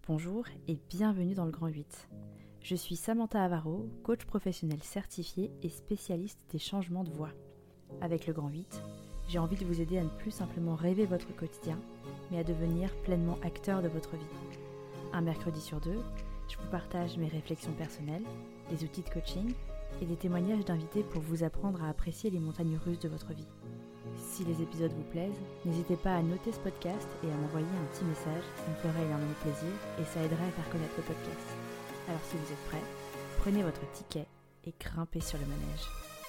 Bonjour et bienvenue dans le Grand 8. Je suis Samantha Avaro, coach professionnel certifié et spécialiste des changements de voix. Avec le Grand 8, j'ai envie de vous aider à ne plus simplement rêver votre quotidien, mais à devenir pleinement acteur de votre vie. Un mercredi sur deux, je vous partage mes réflexions personnelles, des outils de coaching et des témoignages d'invités pour vous apprendre à apprécier les montagnes russes de votre vie. Si les épisodes vous plaisent, n'hésitez pas à noter ce podcast et à m'envoyer un petit message, ça me ferait énormément plaisir et ça aiderait à faire connaître le podcast. Alors si vous êtes prêts, prenez votre ticket et grimpez sur le manège.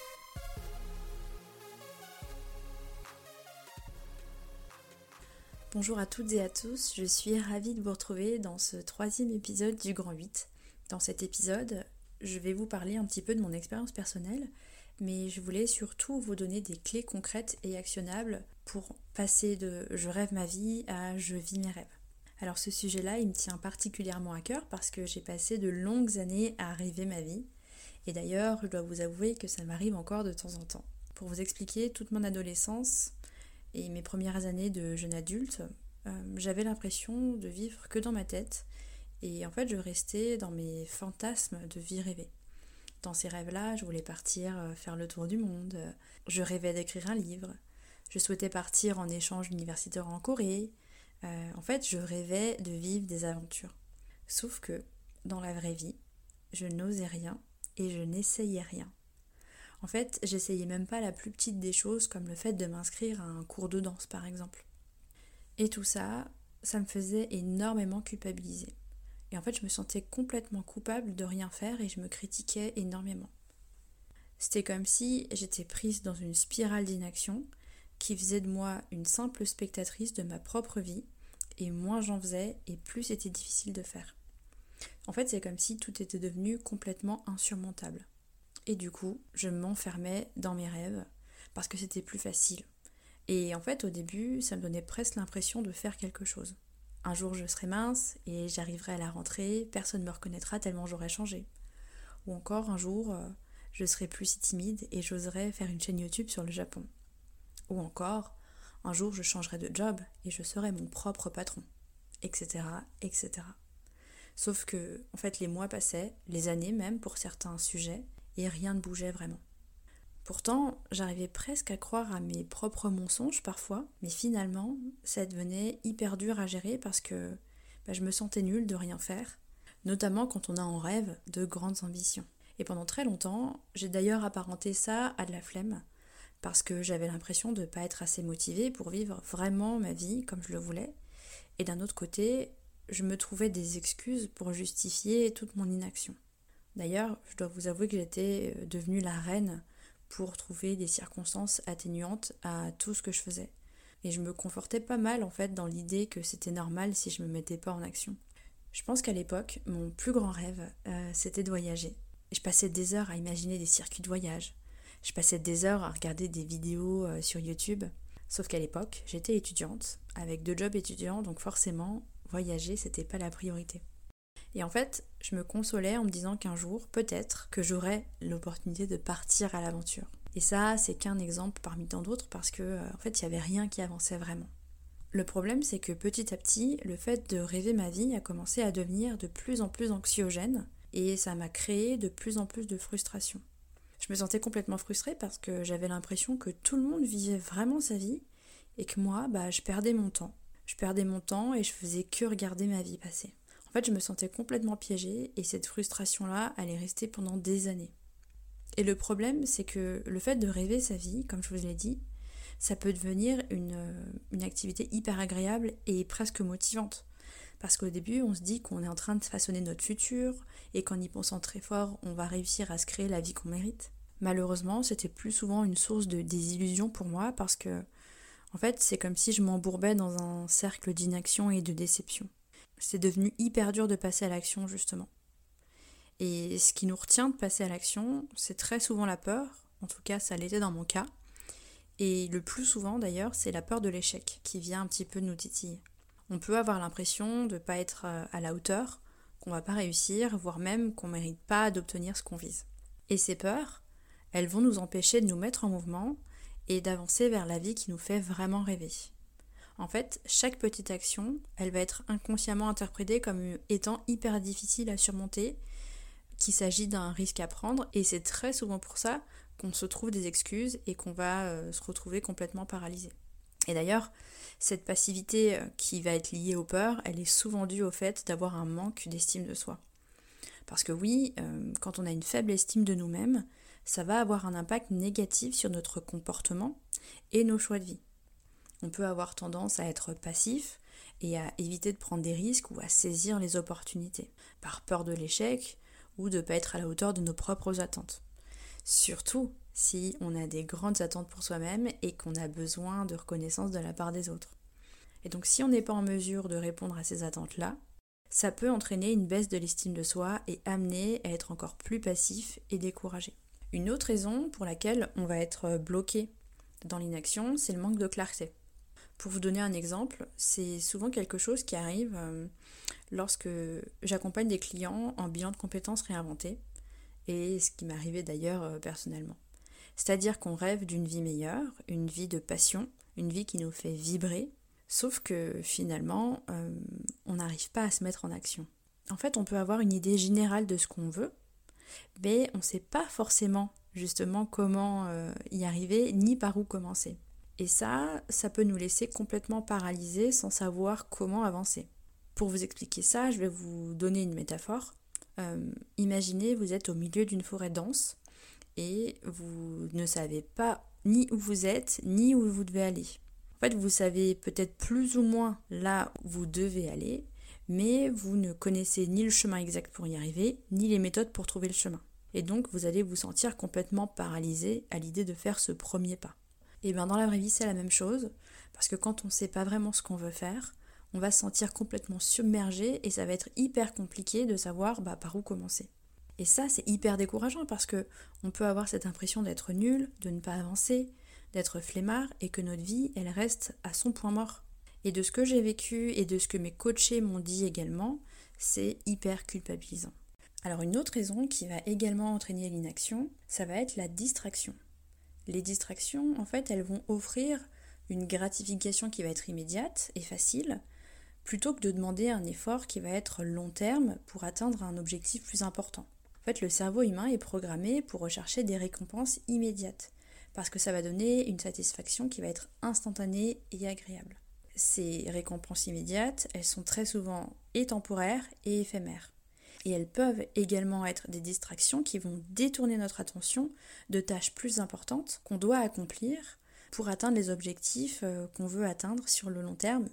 Bonjour à toutes et à tous, je suis ravie de vous retrouver dans ce 3e épisode du Grand 8. Dans cet épisode, je vais vous parler un petit peu de mon expérience personnelle, mais je voulais surtout vous donner des clés concrètes et actionnables pour passer de « je rêve ma vie » à « je vis mes rêves ». Alors ce sujet-là, il me tient particulièrement à cœur parce que j'ai passé de longues années à rêver ma vie. Et d'ailleurs, je dois vous avouer que ça m'arrive encore de temps en temps. Pour vous expliquer, toute mon adolescence et mes premières années de jeune adulte, j'avais l'impression de vivre que dans ma tête. Et en fait, je restais dans mes fantasmes de vie rêvée. Dans ces rêves-là, je voulais partir faire le tour du monde, je rêvais d'écrire un livre, je souhaitais partir en échange universitaire en Corée. En fait, je rêvais de vivre des aventures. Sauf que, dans la vraie vie, je n'osais rien et je n'essayais rien. En fait, j'essayais même pas la plus petite des choses, comme le fait de m'inscrire à un cours de danse, par exemple. Et tout ça, ça me faisait énormément culpabiliser. Et en fait, je me sentais complètement coupable de rien faire et je me critiquais énormément. C'était comme si j'étais prise dans une spirale d'inaction qui faisait de moi une simple spectatrice de ma propre vie, et moins j'en faisais et plus c'était difficile de faire. En fait, c'est comme si tout était devenu complètement insurmontable. Et du coup, je m'enfermais dans mes rêves parce que c'était plus facile. Et en fait, au début, ça me donnait presque l'impression de faire quelque chose. Un jour, je serai mince et j'arriverai à la rentrée, personne ne me reconnaîtra tellement j'aurai changé. Ou encore, un jour, je serai plus si timide et j'oserai faire une chaîne YouTube sur le Japon. Ou encore, un jour, je changerai de job et je serai mon propre patron, etc., etc. Sauf que, en fait, les mois passaient, les années même pour certains sujets, et rien ne bougeait vraiment. Pourtant, j'arrivais presque à croire à mes propres mensonges parfois, mais finalement, ça devenait hyper dur à gérer parce que je me sentais nulle de rien faire, notamment quand on a en rêve de grandes ambitions. Et pendant très longtemps, j'ai d'ailleurs apparenté ça à de la flemme, parce que j'avais l'impression de ne pas être assez motivée pour vivre vraiment ma vie comme je le voulais, et d'un autre côté, je me trouvais des excuses pour justifier toute mon inaction. D'ailleurs, je dois vous avouer que j'étais devenue la reine pour trouver des circonstances atténuantes à tout ce que je faisais. Et je me confortais pas mal en fait dans l'idée que c'était normal si je me mettais pas en action. Je pense qu'à l'époque, mon plus grand rêve, c'était de voyager. Je passais des heures à imaginer des circuits de voyage. Je passais des heures à regarder des vidéos sur YouTube. Sauf qu'à l'époque, j'étais étudiante, avec 2 jobs étudiants, donc forcément, voyager, c'était pas la priorité. Et en fait, je me consolais en me disant qu'un jour, peut-être, que j'aurais l'opportunité de partir à l'aventure. Et ça, c'est qu'un exemple parmi tant d'autres parce que, en fait, il n'y avait rien qui avançait vraiment. Le problème, c'est que petit à petit, le fait de rêver ma vie a commencé à devenir de plus en plus anxiogène et ça m'a créé de plus en plus de frustration. Je me sentais complètement frustrée parce que j'avais l'impression que tout le monde vivait vraiment sa vie et que moi, je perdais mon temps. Je perdais mon temps et je faisais que regarder ma vie passer. En fait, je me sentais complètement piégée et cette frustration-là allait rester pendant des années. Et le problème, c'est que le fait de rêver sa vie, comme je vous l'ai dit, ça peut devenir une activité hyper agréable et presque motivante. Parce qu'au début, on se dit qu'on est en train de façonner notre futur et qu'en y pensant très fort, on va réussir à se créer la vie qu'on mérite. Malheureusement, c'était plus souvent une source de désillusion pour moi parce que, en fait, c'est comme si je m'embourbais dans un cercle d'inaction et de déception. C'est devenu hyper dur de passer à l'action, justement. Et ce qui nous retient de passer à l'action, c'est très souvent la peur, en tout cas ça l'était dans mon cas, et le plus souvent d'ailleurs, c'est la peur de l'échec qui vient un petit peu nous titiller. On peut avoir l'impression de ne pas être à la hauteur, qu'on ne va pas réussir, voire même qu'on ne mérite pas d'obtenir ce qu'on vise. Et ces peurs, elles vont nous empêcher de nous mettre en mouvement et d'avancer vers la vie qui nous fait vraiment rêver. En fait, chaque petite action, elle va être inconsciemment interprétée comme étant hyper difficile à surmonter, qu'il s'agit d'un risque à prendre, et c'est très souvent pour ça qu'on se trouve des excuses et qu'on va se retrouver complètement paralysé. Et d'ailleurs, cette passivité qui va être liée aux peurs, elle est souvent due au fait d'avoir un manque d'estime de soi. Parce que oui, quand on a une faible estime de nous-mêmes, ça va avoir un impact négatif sur notre comportement et nos choix de vie. On peut avoir tendance à être passif et à éviter de prendre des risques ou à saisir les opportunités, par peur de l'échec ou de ne pas être à la hauteur de nos propres attentes. Surtout si on a des grandes attentes pour soi-même et qu'on a besoin de reconnaissance de la part des autres. Et donc si on n'est pas en mesure de répondre à ces attentes-là, ça peut entraîner une baisse de l'estime de soi et amener à être encore plus passif et découragé. Une autre raison pour laquelle on va être bloqué dans l'inaction, c'est le manque de clarté. Pour vous donner un exemple, c'est souvent quelque chose qui arrive lorsque j'accompagne des clients en bilan de compétences réinventées, et ce qui m'arrivait d'ailleurs personnellement. C'est-à-dire qu'on rêve d'une vie meilleure, une vie de passion, une vie qui nous fait vibrer, sauf que finalement, on n'arrive pas à se mettre en action. En fait, on peut avoir une idée générale de ce qu'on veut, mais on ne sait pas forcément justement comment y arriver, ni par où commencer. Et ça peut nous laisser complètement paralysés sans savoir comment avancer. Pour vous expliquer ça, je vais vous donner une métaphore. Imaginez, vous êtes au milieu d'une forêt dense et vous ne savez pas ni où vous êtes, ni où vous devez aller. En fait, vous savez peut-être plus ou moins là où vous devez aller, mais vous ne connaissez ni le chemin exact pour y arriver, ni les méthodes pour trouver le chemin. Et donc, vous allez vous sentir complètement paralysé à l'idée de faire ce premier pas. Et bien dans la vraie vie, c'est la même chose, parce que quand on ne sait pas vraiment ce qu'on veut faire, on va se sentir complètement submergé et ça va être hyper compliqué de savoir par où commencer. Et ça, c'est hyper décourageant parce que on peut avoir cette impression d'être nul, de ne pas avancer, d'être flemmard et que notre vie, elle reste à son point mort. Et de ce que j'ai vécu et de ce que mes coachés m'ont dit également, c'est hyper culpabilisant. Alors une autre raison qui va également entraîner l'inaction, ça va être la distraction. Les distractions, en fait, elles vont offrir une gratification qui va être immédiate et facile, plutôt que de demander un effort qui va être long terme pour atteindre un objectif plus important. En fait, le cerveau humain est programmé pour rechercher des récompenses immédiates, parce que ça va donner une satisfaction qui va être instantanée et agréable. Ces récompenses immédiates, elles sont très souvent et temporaires et éphémères. Et elles peuvent également être des distractions qui vont détourner notre attention de tâches plus importantes qu'on doit accomplir pour atteindre les objectifs qu'on veut atteindre sur le long terme.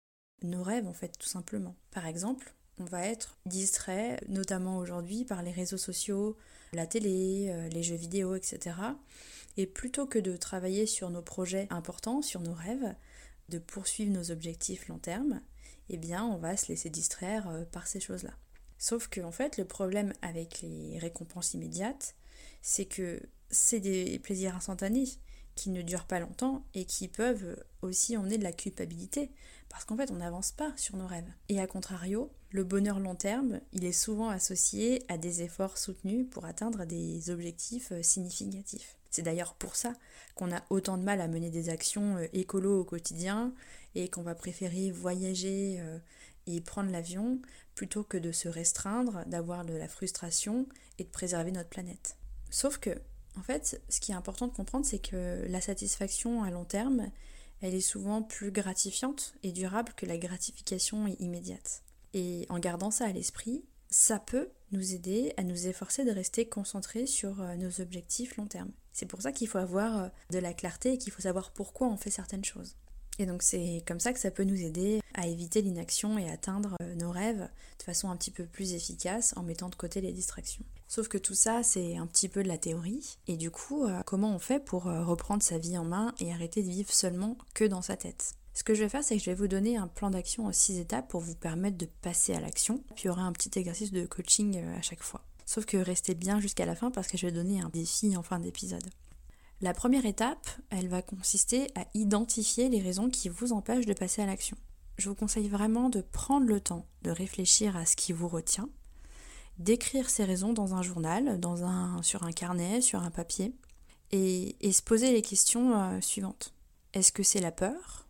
Nos rêves en fait, tout simplement. Par exemple, on va être distrait, notamment aujourd'hui, par les réseaux sociaux, la télé, les jeux vidéo, etc. Et plutôt que de travailler sur nos projets importants, sur nos rêves, de poursuivre nos objectifs long terme, eh bien on va se laisser distraire par ces choses-là. Sauf que en fait, le problème avec les récompenses immédiates, c'est que c'est des plaisirs instantanés qui ne durent pas longtemps et qui peuvent aussi emmener de la culpabilité parce qu'en fait, on n'avance pas sur nos rêves. Et à contrario, le bonheur long terme, il est souvent associé à des efforts soutenus pour atteindre des objectifs significatifs. C'est d'ailleurs pour ça qu'on a autant de mal à mener des actions écolo au quotidien et qu'on va préférer voyager et prendre l'avion plutôt que de se restreindre, d'avoir de la frustration et de préserver notre planète. Sauf que, en fait, ce qui est important de comprendre, c'est que la satisfaction à long terme, elle est souvent plus gratifiante et durable que la gratification immédiate. Et en gardant ça à l'esprit, ça peut nous aider à nous efforcer de rester concentrés sur nos objectifs long terme. C'est pour ça qu'il faut avoir de la clarté et qu'il faut savoir pourquoi on fait certaines choses. Et donc c'est comme ça que ça peut nous aider à éviter l'inaction et à atteindre nos rêves de façon un petit peu plus efficace en mettant de côté les distractions. Sauf que tout ça, c'est un petit peu de la théorie. Et du coup, comment on fait pour reprendre sa vie en main et arrêter de vivre seulement que dans sa tête ? Ce que je vais faire, c'est que je vais vous donner un plan d'action en 6 étapes pour vous permettre de passer à l'action. Puis il y aura un petit exercice de coaching à chaque fois. Sauf que restez bien jusqu'à la fin parce que je vais donner un défi en fin d'épisode. La première étape, elle va consister à identifier les raisons qui vous empêchent de passer à l'action. Je vous conseille vraiment de prendre le temps de réfléchir à ce qui vous retient, d'écrire ces raisons dans un journal, sur un carnet, sur un papier, et se poser les questions suivantes. Est-ce que c'est la peur ?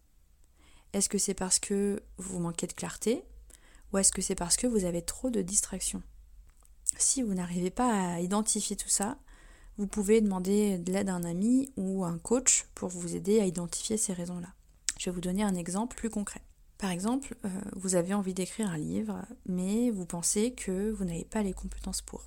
Est-ce que c'est parce que vous manquez de clarté ou est-ce que c'est parce que vous avez trop de distractions? Si vous n'arrivez pas à identifier tout ça, vous pouvez demander de l'aide à un ami ou à un coach pour vous aider à identifier ces raisons-là. Je vais vous donner un exemple plus concret. Par exemple, vous avez envie d'écrire un livre, mais vous pensez que vous n'avez pas les compétences pour.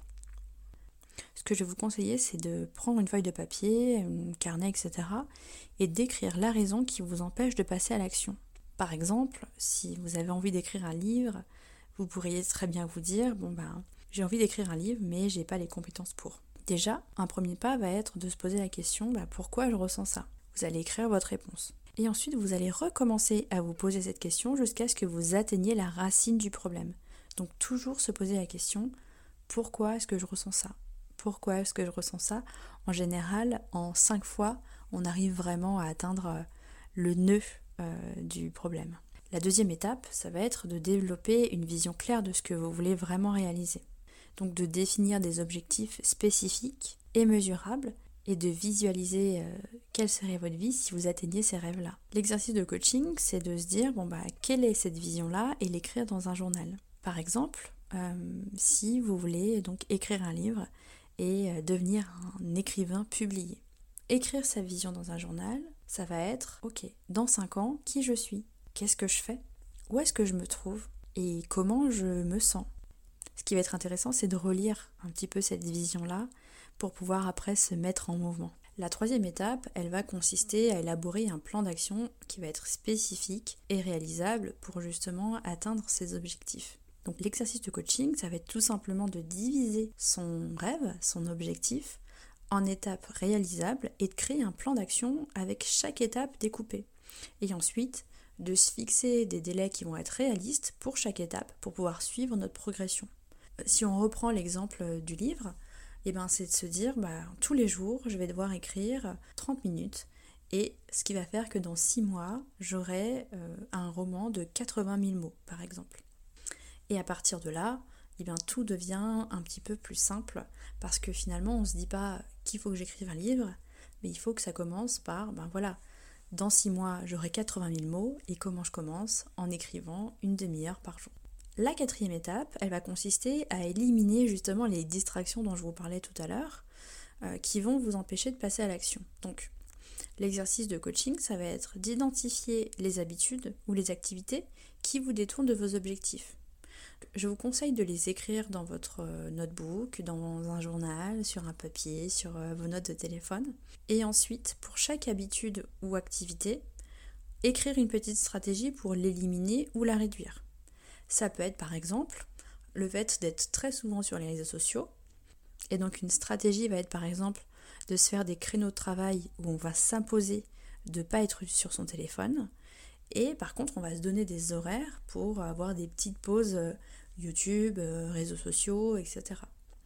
Ce que je vais vous conseiller, c'est de prendre une feuille de papier, un carnet, etc. et d'écrire la raison qui vous empêche de passer à l'action. Par exemple, si vous avez envie d'écrire un livre, vous pourriez très bien vous dire, j'ai envie d'écrire un livre, mais j'ai pas les compétences pour. Déjà, un premier pas va être de se poser la question, pourquoi je ressens ça? Vous allez écrire votre réponse. Et ensuite, vous allez recommencer à vous poser cette question jusqu'à ce que vous atteigniez la racine du problème. Donc toujours se poser la question, pourquoi est-ce que je ressens ça? Pourquoi est-ce que je ressens ça? En général, en 5 fois, on arrive vraiment à atteindre le nœud du problème. La deuxième étape, ça va être de développer une vision claire de ce que vous voulez vraiment réaliser. Donc de définir des objectifs spécifiques et mesurables et de visualiser quelle serait votre vie si vous atteigniez ces rêves-là. L'exercice de coaching, c'est de se dire, quelle est cette vision-là et l'écrire dans un journal. Par exemple, si vous voulez donc écrire un livre et devenir un écrivain publié. Écrire sa vision dans un journal, ça va être, dans 5 ans, qui je suis? Qu'est-ce que je fais? Où est-ce que je me trouve? Et comment je me sens? Ce qui va être intéressant, c'est de relire un petit peu cette vision-là pour pouvoir après se mettre en mouvement. La troisième étape, elle va consister à élaborer un plan d'action qui va être spécifique et réalisable pour justement atteindre ses objectifs. Donc l'exercice de coaching, ça va être tout simplement de diviser son rêve, son objectif, en étapes réalisables et de créer un plan d'action avec chaque étape découpée. Et ensuite, de se fixer des délais qui vont être réalistes pour chaque étape pour pouvoir suivre notre progression. Si on reprend l'exemple du livre, c'est de se dire, tous les jours, je vais devoir écrire 30 minutes et ce qui va faire que dans 6 mois, j'aurai un roman de 80 000 mots, par exemple. Et à partir de là, tout devient un petit peu plus simple parce que finalement, on ne se dit pas qu'il faut que j'écrive un livre, mais il faut que ça commence par, dans 6 mois, j'aurai 80 000 mots et comment je commence? En écrivant une demi-heure par jour. La quatrième étape, elle va consister à éliminer justement les distractions dont je vous parlais tout à l'heure qui vont vous empêcher de passer à l'action. Donc, l'exercice de coaching, ça va être d'identifier les habitudes ou les activités qui vous détournent de vos objectifs. Je vous conseille de les écrire dans votre notebook, dans un journal, sur un papier, sur vos notes de téléphone. Et ensuite, pour chaque habitude ou activité, écrire une petite stratégie pour l'éliminer ou la réduire. Ça peut être par exemple le fait d'être très souvent sur les réseaux sociaux. Et donc une stratégie va être par exemple de se faire des créneaux de travail où on va s'imposer de ne pas être sur son téléphone. Et par contre, on va se donner des horaires pour avoir des petites pauses YouTube, réseaux sociaux, etc.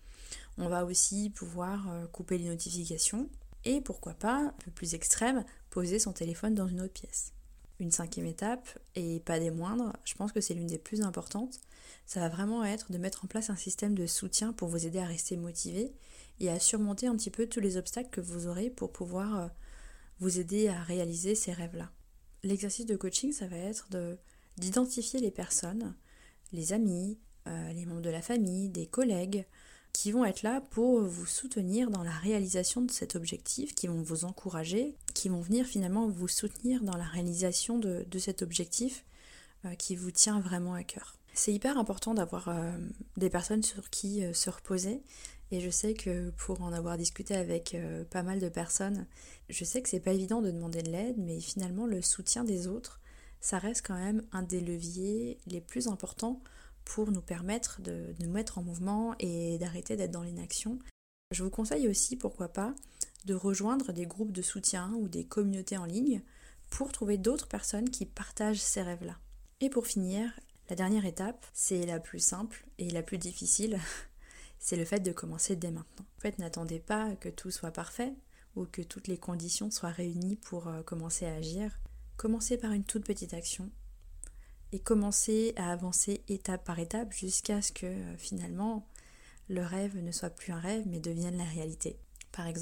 On va aussi pouvoir couper les notifications et pourquoi pas, un peu plus extrême, poser son téléphone dans une autre pièce. Une 5e étape, et pas des moindres, je pense que c'est l'une des plus importantes, ça va vraiment être de mettre en place un système de soutien pour vous aider à rester motivé et à surmonter un petit peu tous les obstacles que vous aurez pour pouvoir vous aider à réaliser ces rêves-là. L'exercice de coaching, ça va être d'identifier les personnes, les amis, les membres de la famille, des collègues, qui vont être là pour vous soutenir dans la réalisation de cet objectif, qui vont vous encourager, qui vont venir finalement vous soutenir dans la réalisation de cet objectif qui vous tient vraiment à cœur. C'est hyper important d'avoir des personnes sur qui se reposer et je sais que pour en avoir discuté avec pas mal de personnes, je sais que c'est pas évident de demander de l'aide, mais finalement le soutien des autres, ça reste quand même un des leviers les plus importants pour nous permettre de nous mettre en mouvement et d'arrêter d'être dans l'inaction. Je vous conseille aussi, pourquoi pas, de rejoindre des groupes de soutien ou des communautés en ligne pour trouver d'autres personnes qui partagent ces rêves-là. Et pour finir, la dernière étape, c'est la plus simple et la plus difficile, c'est le fait de commencer dès maintenant. En fait, n'attendez pas que tout soit parfait ou que toutes les conditions soient réunies pour commencer à agir. Commencez par une toute petite action et commencez à avancer étape par étape jusqu'à ce que finalement le rêve ne soit plus un rêve mais devienne la réalité. Par exemple,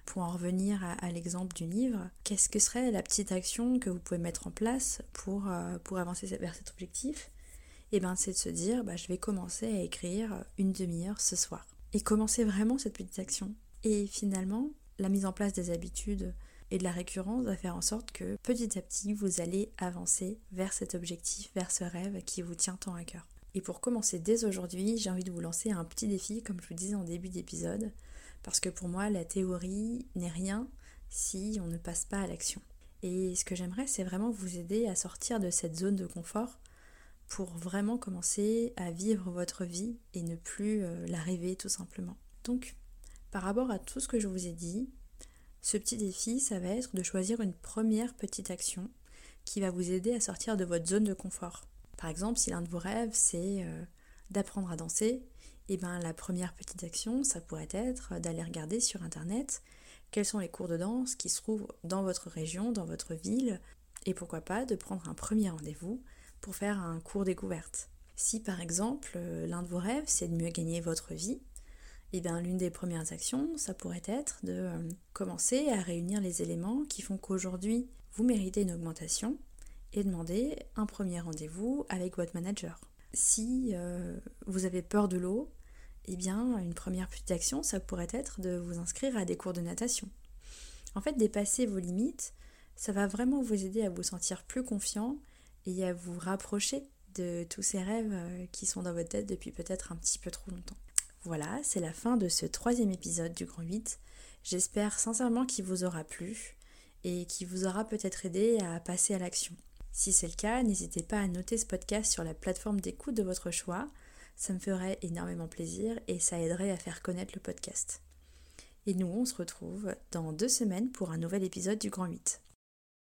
Pour en revenir à l'exemple du livre, qu'est-ce que serait la petite action que vous pouvez mettre en place pour avancer vers cet objectif ? Et bien c'est de se dire, je vais commencer à écrire une demi-heure ce soir. Et commencer vraiment cette petite action. Et finalement, la mise en place des habitudes et de la récurrence va faire en sorte que petit à petit, vous allez avancer vers cet objectif, vers ce rêve qui vous tient tant à cœur. Et pour commencer dès aujourd'hui, j'ai envie de vous lancer un petit défi, comme je vous disais en début d'épisode, parce que pour moi, la théorie n'est rien si on ne passe pas à l'action. Et ce que j'aimerais, c'est vraiment vous aider à sortir de cette zone de confort pour vraiment commencer à vivre votre vie et ne plus la rêver tout simplement. Donc, par rapport à tout ce que je vous ai dit, ce petit défi, ça va être de choisir une première petite action qui va vous aider à sortir de votre zone de confort. Par exemple, si l'un de vos rêves, c'est d'apprendre à danser, et la première petite action, ça pourrait être d'aller regarder sur Internet quels sont les cours de danse qui se trouvent dans votre région, dans votre ville, et pourquoi pas de prendre un premier rendez-vous pour faire un cours découverte. Si par exemple, l'un de vos rêves, c'est de mieux gagner votre vie, l'une des premières actions, ça pourrait être de commencer à réunir les éléments qui font qu'aujourd'hui, vous méritez une augmentation et demander un premier rendez-vous avec votre manager. Si vous avez peur de l'eau, une première petite action, ça pourrait être de vous inscrire à des cours de natation. En fait, dépasser vos limites, ça va vraiment vous aider à vous sentir plus confiant et à vous rapprocher de tous ces rêves qui sont dans votre tête depuis peut-être un petit peu trop longtemps. Voilà, c'est la fin de ce 3e épisode du Grand 8. J'espère sincèrement qu'il vous aura plu et qu'il vous aura peut-être aidé à passer à l'action. Si c'est le cas, n'hésitez pas à noter ce podcast sur la plateforme d'écoute de votre choix. Ça me ferait énormément plaisir et ça aiderait à faire connaître le podcast. Et nous, on se retrouve dans 2 semaines pour un nouvel épisode du Grand 8.